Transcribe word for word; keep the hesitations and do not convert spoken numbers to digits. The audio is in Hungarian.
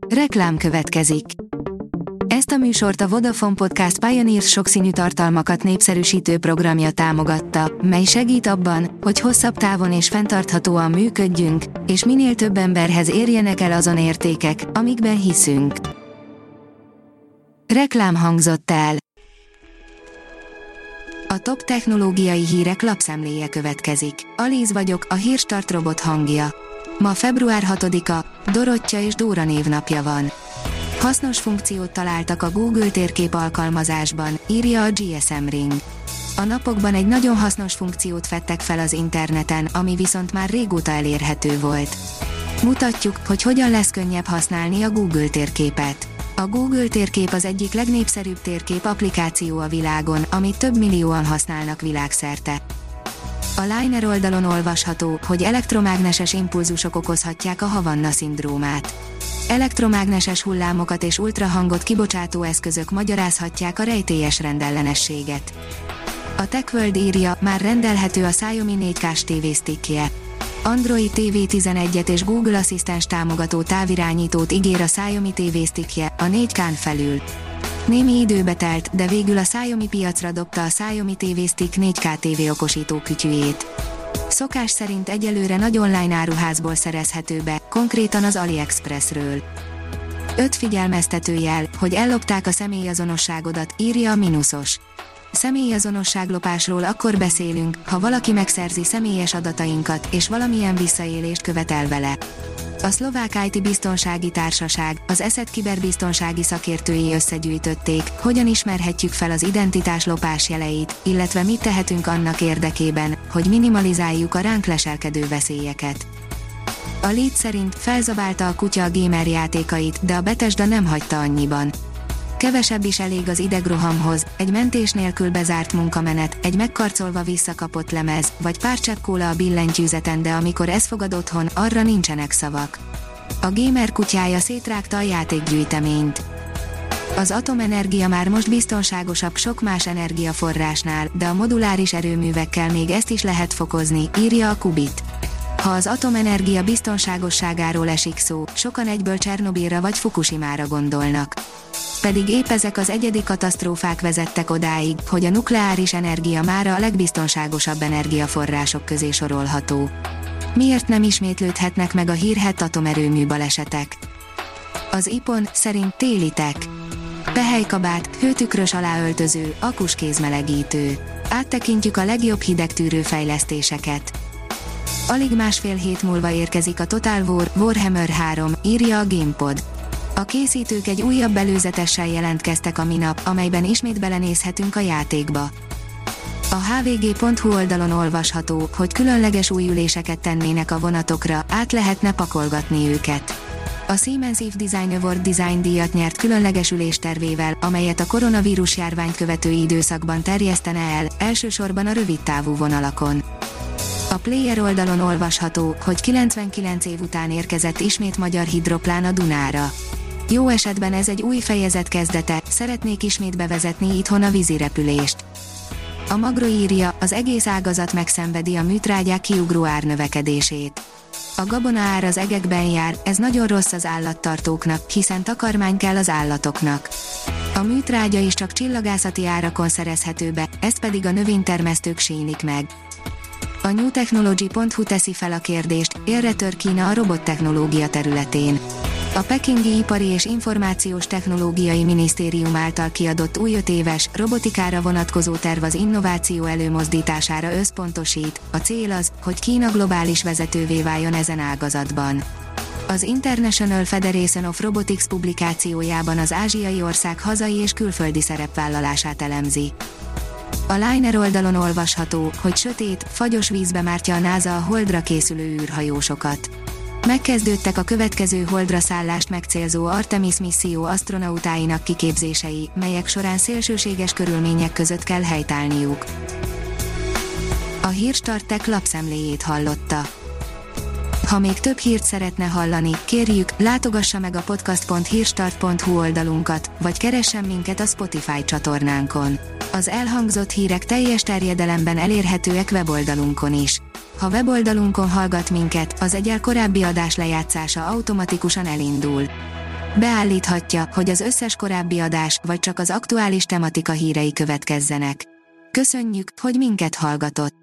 Reklám következik. Ezt a műsort a Vodafone Podcast Pioneers sokszínű tartalmakat népszerűsítő programja támogatta, mely segít abban, hogy hosszabb távon és fenntarthatóan működjünk, és minél több emberhez érjenek el azon értékek, amikben hiszünk. Reklám hangzott el. A top technológiai hírek lapszemléje következik. Alíz vagyok, a Hírstart robot hangja. Ma február hatodika, Dorottya és Dóra névnapja van. Hasznos funkciót találtak a Google térkép alkalmazásban, írja a gé es em Ring. A napokban egy nagyon hasznos funkciót fedtek fel az interneten, ami viszont már régóta elérhető volt. Mutatjuk, hogy hogyan lesz könnyebb használni a Google térképet. A Google térkép az egyik legnépszerűbb térkép applikáció a világon, amit több millióan használnak világszerte. A Liner oldalon olvasható, hogy elektromágneses impulzusok okozhatják a Havanna-szindrómát. Elektromágneses hullámokat és ultrahangot kibocsátó eszközök magyarázhatják a rejtélyes rendellenességet. A TechWorld írja, már rendelhető a Xiaomi négy kás tévésztikkje. Android té vé tizenegyet és Google Asszisztens támogató távirányítót ígér a Xiaomi tévésztikkje, a négy kán felül. Némi időbe telt, de végül a Xiaomi piacra dobta a Xiaomi té vé Stick négy ká tévé okosító kütyüjét. Szokás szerint egyelőre nagy online áruházból szerezhető be, konkrétan az AliExpressről. öt figyelmeztető jel, hogy ellopták a személyazonosságodat, írja a Minusos. Személyazonosságlopásról akkor beszélünk, ha valaki megszerzi személyes adatainkat, és valamilyen visszaélést követel vele. A szlovák i té biztonsági társaság, az Eszed kiberbiztonsági szakértői összegyűjtötték, hogyan ismerhetjük fel az identitás lopás jeleit, illetve mit tehetünk annak érdekében, hogy minimalizáljuk a ránk leselkedő veszélyeket. A Lead szerint felzabálta a kutya a gamer játékait, de a Bethesda nem hagyta annyiban. Kevesebb is elég az idegrohamhoz, egy mentés nélkül bezárt munkamenet, egy megkarcolva visszakapott lemez, vagy pár csepp kóla a billentyűzeten, de amikor ez fogad otthon, arra nincsenek szavak. A gamer kutyája szétrágta a játékgyűjteményt. Az atomenergia már most biztonságosabb sok más energiaforrásnál, de a moduláris erőművekkel még ezt is lehet fokozni, írja a Kubit. Ha az atomenergia biztonságosságáról esik szó, sokan egyből Csernobilra vagy Fukushimára gondolnak. Pedig épp ezek az egyedi katasztrófák vezettek odáig, hogy a nukleáris energia mára a legbiztonságosabb energiaforrások közé sorolható. Miért nem ismétlődhetnek meg a hírhedt atomerőmű balesetek? Az i pont szerint téli tech. Pehelykabát, hőtükrös aláöltöző, akus kézmelegítő. Áttekintjük a legjobb hidegtűrő fejlesztéseket. Alig másfél hét múlva érkezik a Total War Warhammer három, írja a GamePod. A készítők egy újabb előzetessel jelentkeztek a minap, amelyben ismét belenézhetünk a játékba. A há vé gé pont hú oldalon olvasható, hogy különleges új üléseket tennének a vonatokra, át lehetne pakolgatni őket. A Siemens If Design Award Design díjat nyert különleges üléstervével, amelyet a koronavírus járványt követő időszakban terjesztene el, elsősorban a rövidtávú vonalakon. A Player oldalon olvasható, hogy kilencvenkilenc év után érkezett ismét magyar hidroplán a Dunára. Jó esetben ez egy új fejezet kezdete, szeretnék ismét bevezetni itthon a vízirepülést. A Magro írja, az egész ágazat megszenvedi a műtrágyák kiugró árnövekedését. A gabona ár az egekben jár, ez nagyon rossz az állattartóknak, hiszen takarmány kell az állatoknak. A műtrágya is csak csillagászati árakon szerezhető be, ezt pedig a növénytermesztők sínik meg. A newtechnology pont hu teszi fel a kérdést, élre tör Kína a robottechnológia területén. A Pekingi Ipari és Információs Technológiai Minisztérium által kiadott új öt éves, robotikára vonatkozó terv az innováció előmozdítására összpontosít, a cél az, hogy Kína globális vezetővé váljon ezen ágazatban. Az International Federation of Robotics publikációjában az ázsiai ország hazai és külföldi szerepvállalását elemzi. A Liner oldalon olvasható, hogy sötét, fagyos vízbe mártja a NASA a Holdra készülő űrhajósokat. Megkezdődtek a következő Holdra szállást megcélzó Artemis misszió asztronautáinak kiképzései, melyek során szélsőséges körülmények között kell helytállniuk. A Hírstart Tech lapszemléjét hallotta. Ha még több hírt szeretne hallani, kérjük, látogassa meg a podcast pont hírstart pont hu oldalunkat, vagy keressen minket a Spotify csatornánkon. Az elhangzott hírek teljes terjedelemben elérhetőek weboldalunkon is. Ha weboldalunkon hallgat minket, az egyel korábbi adás lejátszása automatikusan elindul. Beállíthatja, hogy az összes korábbi adás, vagy csak az aktuális tematika hírei következzenek. Köszönjük, hogy minket hallgatott!